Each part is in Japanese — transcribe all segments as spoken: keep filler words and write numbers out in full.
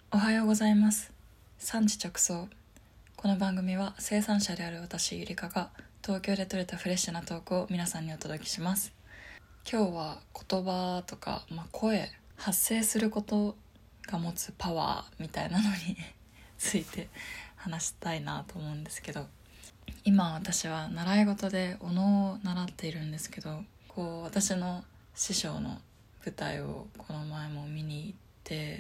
おはようございます。産地直送。この番組は生産者である私ゆりかが東京で採れたフレッシュなトークを皆さんにお届けします。今日は言葉とか、まあ、声発声することが持つパワーみたいなのについて話したいなと思うんですけど、今私は習い事でお能を習っているんですけど、こう私の師匠の舞台をこの前も見に行って、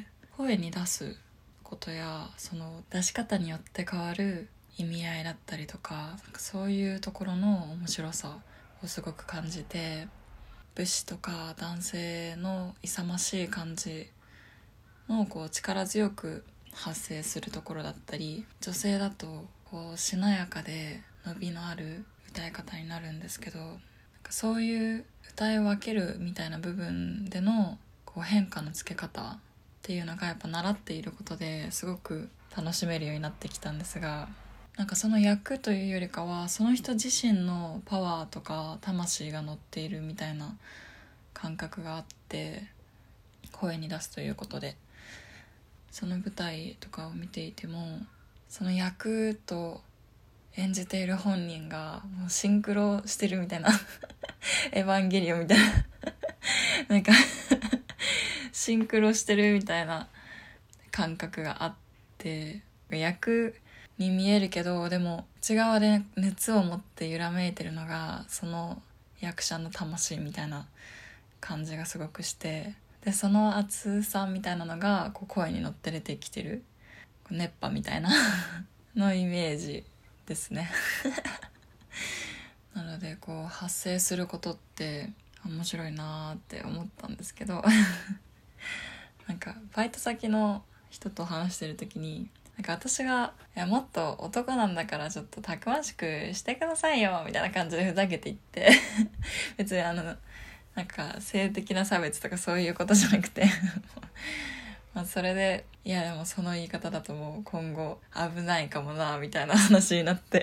声に出すことやその出し方によって変わる意味合いだったりとか、なんかそういうところの面白さをすごく感じて、武士とか男性の勇ましい感じのこう力強く発声するところだったり、女性だとこうしなやかで伸びのある歌い方になるんですけど、なんかそういう歌い分けるみたいな部分でのこう変化のつけ方っていうのがやっぱ習っていることですごく楽しめるようになってきたんですが、なんかその役というよりかはその人自身のパワーとか魂が乗っているみたいな感覚があって、声に出すということでその舞台とかを見ていても、その役と演じている本人がもうシンクロしてるみたいなエヴァンゲリオンみたいななんかシンクロしてるみたいな感覚があって、役に見えるけどでも内側で熱を持って揺らめいてるのがその役者の魂みたいな感じがすごくして、でその熱さみたいなのがこう声に乗って出てきてる熱波みたいなのイメージですねなのでこう発声することって面白いなって思ったんですけどなんかバイト先の人と話してる時に、なんか私がいやもっと男なんだからちょっとたくましくしてくださいよみたいな感じでふざけて言って別にあのなんか性的な差別とかそういうことじゃなくてまあそれでいやでもその言い方だともう今後危ないかもなみたいな話になって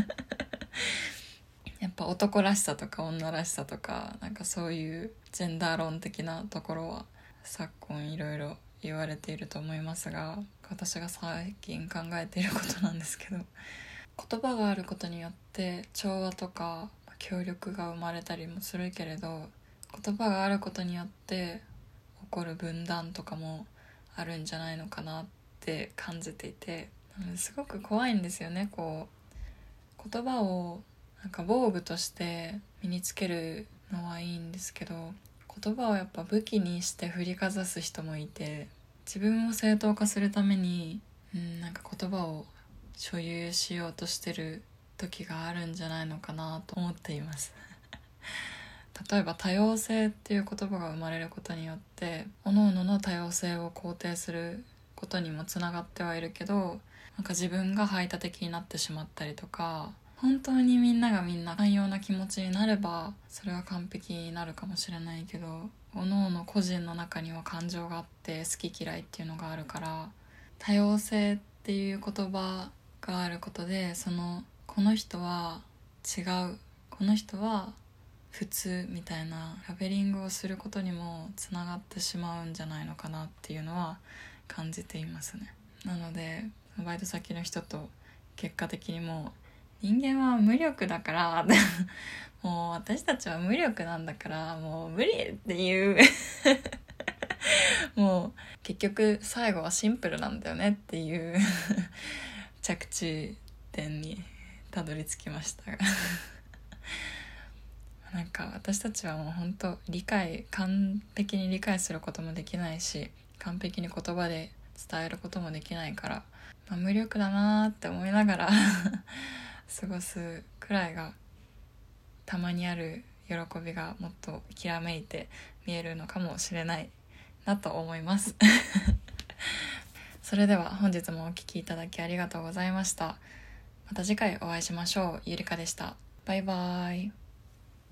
やっぱ男らしさとか女らしさとかなんかそういうジェンダー論的なところは昨今いろいろ言われていると思いますが、私が最近考えていることなんですけど、言葉があることによって調和とか協力が生まれたりもするけれど、言葉があることによって起こる分断とかもあるんじゃないのかなって感じていて、すごく怖いんですよね。こう言葉をなんか防具として身につけるのはいいんですけど、言葉をやっぱ武器にして振りかざす人もいて、自分を正当化するために、うん、なんか言葉を所有しようとしてる時があるんじゃないのかなと思っています例えば多様性っていう言葉が生まれることによって各々の多様性を肯定することにもつながってはいるけど、なんか自分が排他的になってしまったりとか、本当にみんながみんな寛容な気持ちになればそれは完璧になるかもしれないけど、各々個人の中には感情があって好き嫌いっていうのがあるから、多様性っていう言葉があることで、そのこの人は違う、この人は普通みたいなラベリングをすることにもつながってしまうんじゃないのかなっていうのは感じていますね。なのでバイト先の人と結果的にもう人間は無力だからもう私たちは無力なんだからもう無理っていうもう結局最後はシンプルなんだよねっていう着地点にたどり着きましたがなんか私たちはもう本当理解完璧に理解することもできないし、完璧に言葉で伝えることもできないから、まあ、無力だなって思いながら過ごすくらいがたまにある喜びがもっときらめいて見えるのかもしれないなと思いますそれでは本日もお聞きいただきありがとうございました。また次回お会いしましょう。ゆりかでした。バイバイ。